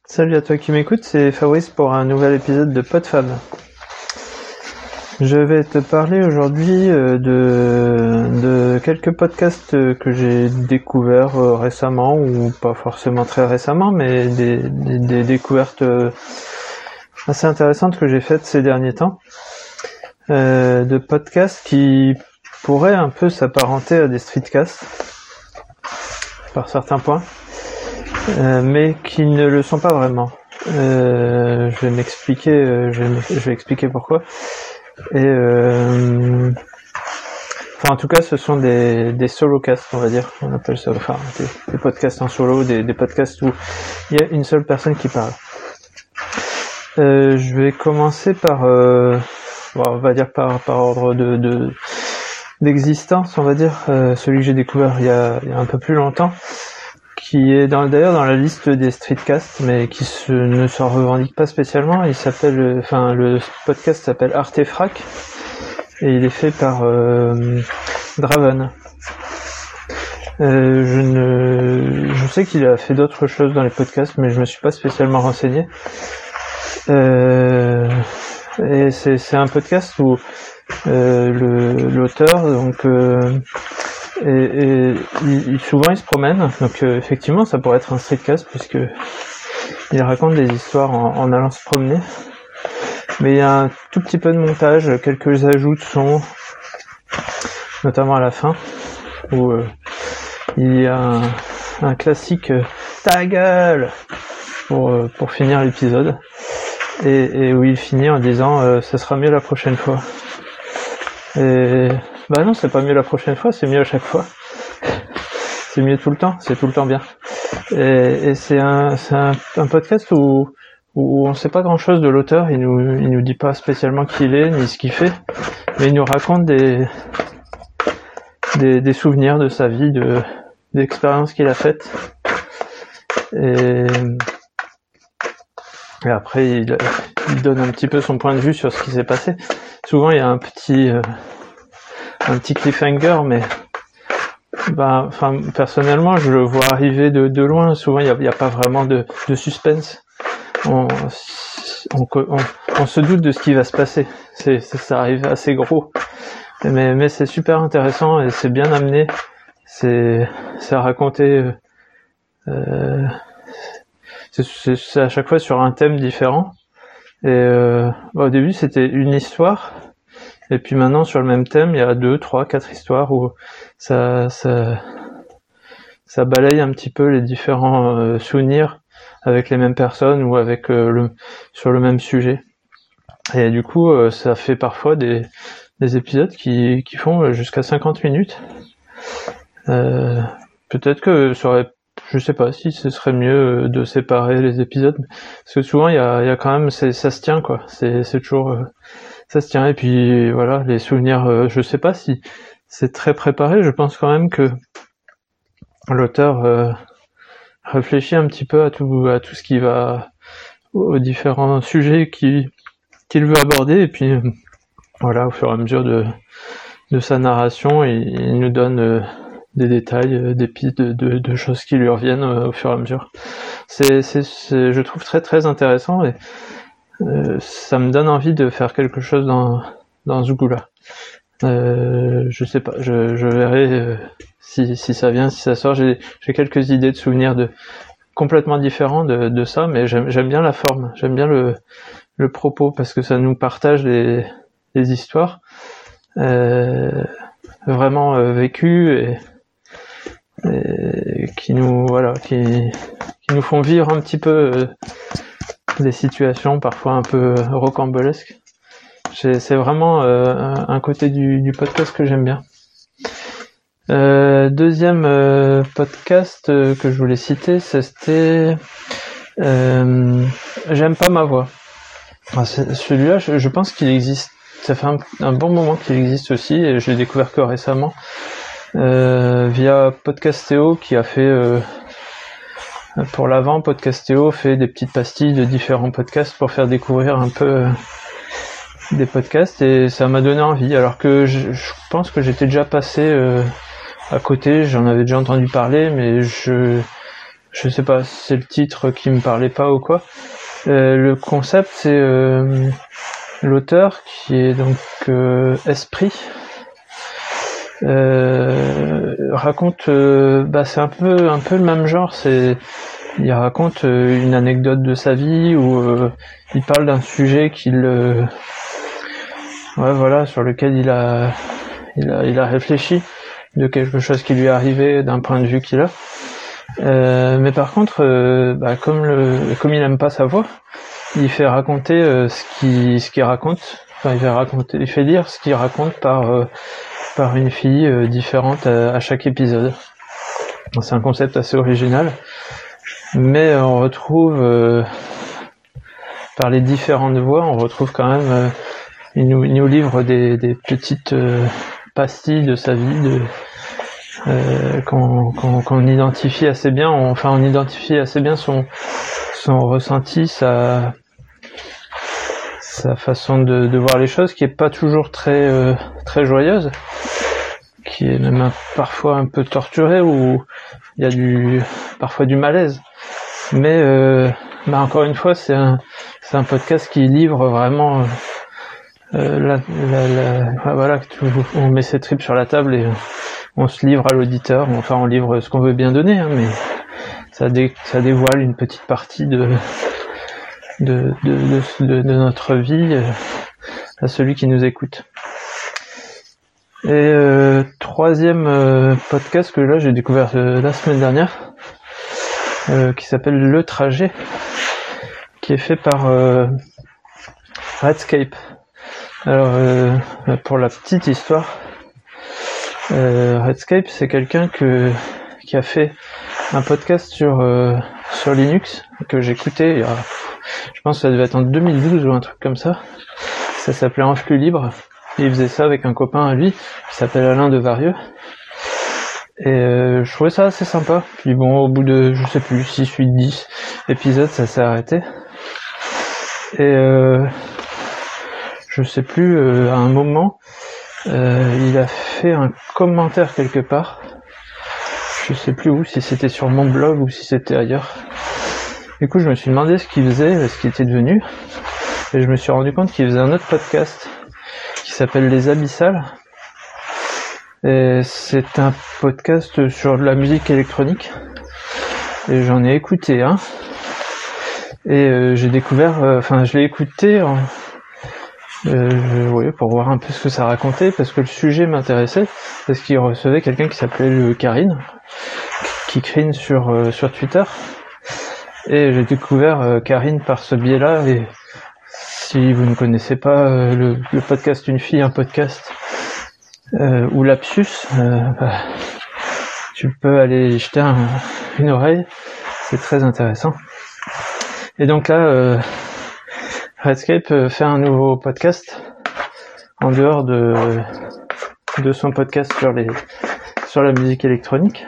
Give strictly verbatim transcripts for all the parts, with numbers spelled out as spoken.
Salut à toi qui m'écoute, c'est Fabrice pour un nouvel épisode de PodFab. Je vais te parler aujourd'hui de, de quelques podcasts que j'ai découverts récemment, ou pas forcément très récemment, mais des, des, des découvertes assez intéressantes que j'ai faites ces derniers temps. Euh, de podcasts qui pourraient un peu s'apparenter à des streetcasts, par certains points. Euh, mais qui ne le sont pas vraiment. Euh, je vais m'expliquer, euh, je, vais je vais expliquer pourquoi. Et euh, enfin, en tout cas, ce sont des, des solocasts, on va dire. On appelle ça, enfin, des, des podcasts en solo, des, des podcasts où il y a une seule personne qui parle. Euh, je vais commencer par, euh, bon, on va dire par, par ordre de, de d'existence, on va dire. Euh, celui que j'ai découvert il y a, il y a un peu plus longtemps, qui est dans, d'ailleurs dans la liste des streetcasts, mais qui se, ne s'en revendique pas spécialement. Il s'appelle, enfin, le podcast s'appelle Artefrac, et il est fait par euh, Draven. Euh, je ne, je sais qu'il a fait d'autres choses dans les podcasts, mais je me suis pas spécialement renseigné. Euh, et c'est, c'est un podcast où euh, le, l'auteur, donc euh, Et, et il, souvent il se promène, donc euh, effectivement ça pourrait être un streetcast puisque il raconte des histoires en, en allant se promener. Mais il y a un tout petit peu de montage, quelques ajouts de son, notamment à la fin, où euh, il y a un, un classique euh, ta gueule pour euh, pour finir l'épisode, et, et où il finit en disant euh, ça sera mieux la prochaine fois. Et bah non, c'est pas mieux la prochaine fois, c'est mieux à chaque fois. C'est mieux tout le temps, c'est tout le temps bien. Et, et c'est un, c'est un, un podcast où, où on sait pas grand chose de l'auteur, il nous, il nous dit pas spécialement qui il est, ni ce qu'il fait, mais il nous raconte des, des, des souvenirs de sa vie, de, des expériences qu'il a faites. Et, et après, il, il donne un petit peu son point de vue sur ce qui s'est passé. Souvent, il y a un petit, euh, un petit cliffhanger, mais bah, enfin, personnellement, je le vois arriver de, de loin. Souvent, il y a, y a pas vraiment de, de suspense. On, on, on, on se doute de ce qui va se passer. C'est, c'est ça arrive assez gros, mais, mais c'est super intéressant et c'est bien amené. C'est, c'est raconté. Euh, c'est, c'est, c'est à chaque fois sur un thème différent. Et euh, au début, c'était une histoire. Et puis maintenant, sur le même thème, il y a deux, trois, quatre histoires où ça, ça, ça balaye un petit peu les différents euh, souvenirs avec les mêmes personnes ou avec euh, le sur le même sujet. Et du coup, euh, ça fait parfois des, des épisodes qui, qui font jusqu'à cinquante minutes. Euh, peut-être que ça aurait, je sais pas si ce serait mieux de séparer les épisodes, parce que souvent il y a, il y a quand même, c'est, ça se tient quoi. C'est, c'est toujours euh, ça se tient, et puis voilà, les souvenirs, euh, je sais pas si c'est très préparé, je pense quand même que l'auteur euh, réfléchit un petit peu à tout à tout ce qui va, aux différents sujets qui, qu'il veut aborder, et puis voilà, au fur et à mesure de, de sa narration, il, il nous donne euh, des détails, des pistes de, de, de choses qui lui reviennent euh, au fur et à mesure. C'est, c'est, c'est, je trouve très très intéressant, et Euh, ça me donne envie de faire quelque chose dans dans ce goût-là. Euh, je sais pas, je, je verrai euh, si si ça vient, si ça sort. J'ai j'ai quelques idées de souvenirs de complètement différents de de ça, mais j'aime j'aime bien la forme, j'aime bien le le propos, parce que ça nous partage les les histoires euh, vraiment euh, vécues et, et qui nous voilà qui qui nous font vivre un petit peu euh, des situations parfois un peu rocambolesques. C'est, c'est vraiment euh, un, un côté du, du podcast que j'aime bien. Euh, deuxième euh, podcast euh, que je voulais citer, c'était euh, J'aime pas ma voix. Enfin, c'est, celui-là, je, je pense qu'il existe. Ça fait un, un bon moment qu'il existe aussi, et je l'ai découvert que récemment euh, via Podcastéo, qui a fait euh, pour l'avant, Podcastéo fait des petites pastilles de différents podcasts pour faire découvrir un peu euh, des podcasts, et ça m'a donné envie, alors que je, je pense que j'étais déjà passé euh, à côté, j'en avais déjà entendu parler, mais je je sais pas si c'est le titre qui me parlait pas ou quoi. Euh, le concept, c'est euh, l'auteur qui est donc euh, Esprit. Euh, raconte, euh, bah c'est un peu un peu le même genre. C'est il raconte euh, une anecdote de sa vie où euh, il parle d'un sujet qu'il euh, ouais voilà sur lequel il a il a il a réfléchi, de quelque chose qui lui est arrivé, d'un point de vue qu'il a. Euh, mais par contre, euh, bah, comme le, comme il aime pas sa voix, il fait raconter euh, ce qu'il, ce qu'il raconte. Enfin, il fait raconter, il fait lire ce qu'il raconte par euh, par une fille euh, différente à, à chaque épisode. C'est un concept assez original, mais on retrouve euh, par les différentes voix, on retrouve quand même. Euh, il nous, il nous livre des, des petites euh, pastilles de sa vie. De, Euh, qu'on, qu'on, qu'on identifie assez bien, on, enfin on identifie assez bien son, son ressenti, sa, sa façon de, de voir les choses, qui est pas toujours très, euh, très joyeuse, qui est même un, parfois un peu torturée, où il y a du, parfois du malaise. Mais euh, bah encore une fois, c'est un, c'est un podcast qui livre vraiment euh, euh, la, la, la, voilà, on met ses tripes sur la table et on se livre à l'auditeur, enfin on livre ce qu'on veut bien donner, hein, mais ça, dé, ça dévoile une petite partie de, de, de, de, de, de notre vie euh, à celui qui nous écoute. Et euh, troisième euh, podcast que là j'ai découvert euh, la semaine dernière, euh, qui s'appelle Le Trajet, qui est fait par euh, Redscape. Alors euh, pour la petite histoire, Euh, Redscape, c'est quelqu'un que qui a fait un podcast sur euh, sur Linux que j'écoutais il y a, je pense que ça devait être en deux mille douze ou un truc comme ça. Ça s'appelait En flux libre. Et il faisait ça avec un copain à lui qui s'appelle Alain Devarieux. Et euh, je trouvais ça assez sympa. Puis bon, au bout de je sais plus six, huit, dix épisodes, ça s'est arrêté. Et euh, je sais plus euh, à un moment. Euh, il a fait un commentaire quelque part, je sais plus où, si c'était sur mon blog ou si c'était ailleurs. Du coup, je me suis demandé ce qu'il faisait, ce qu'il était devenu, et je me suis rendu compte qu'il faisait un autre podcast qui s'appelle Les Abyssales. Et c'est un podcast sur de la musique électronique, et j'en ai écouté un, et euh, j'ai découvert, enfin euh, je l'ai écouté en Euh, oui, pour voir un peu ce que ça racontait, parce que le sujet m'intéressait, parce qu'il recevait quelqu'un qui s'appelait le Karine, qui crine sur euh, sur Twitter, et j'ai découvert euh, Karine par ce biais-là. Et si vous ne connaissez pas euh, le, le podcast Une fille, un podcast, euh, ou Lapsus, euh, bah, tu peux aller jeter un, une oreille, c'est très intéressant. Et donc là, euh, Redscape fait un nouveau podcast en dehors de de son podcast sur les sur la musique électronique,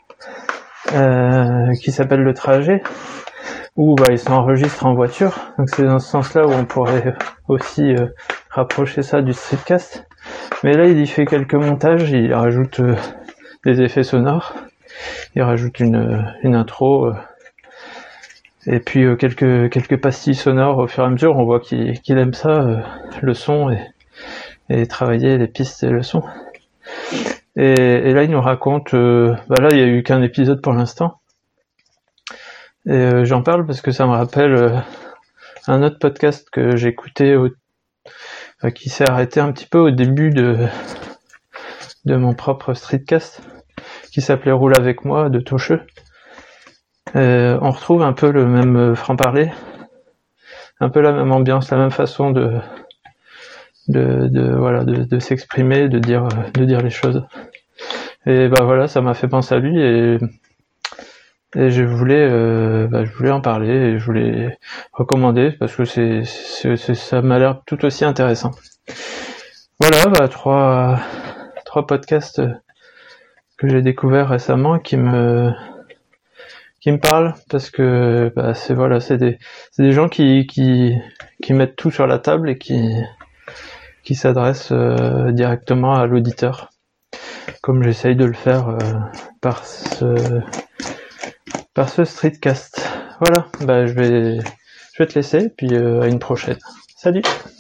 euh, qui s'appelle Le Trajet, où bah, il s'enregistre en voiture. Donc c'est dans ce sens-là où on pourrait aussi euh, rapprocher ça du streetcast. Mais là, il y fait quelques montages, il rajoute euh, des effets sonores, il rajoute une une intro. Euh, Et puis euh, quelques quelques pastilles sonores au fur et à mesure. On voit qu'il, qu'il aime ça, euh, le son et, et travailler les pistes et le son. Et, et là, il nous raconte. Euh, bah là, il y a eu qu'un épisode pour l'instant. Et euh, j'en parle parce que ça me rappelle euh, un autre podcast que j'écoutais, au, euh, qui s'est arrêté un petit peu au début de de mon propre streetcast, qui s'appelait Roule avec moi de Tocheux. Euh, on retrouve un peu le même franc-parler, un peu la même ambiance, la même façon de, de, de voilà, de, de s'exprimer, de dire, de dire les choses. Et bah voilà, ça m'a fait penser à lui et, et je voulais, euh, bah, je voulais en parler et je voulais recommander parce que c'est, c'est, c'est ça m'a l'air tout aussi intéressant. Voilà, bah trois, trois podcasts que j'ai découverts récemment qui me qui me parlent, parce que bah, c'est voilà, c'est des c'est des gens qui qui qui mettent tout sur la table et qui qui s'adressent euh, directement à l'auditeur, comme j'essaye de le faire euh, par ce par ce streetcast. Voilà, bah je vais je vais te laisser, puis euh, à une prochaine. Salut!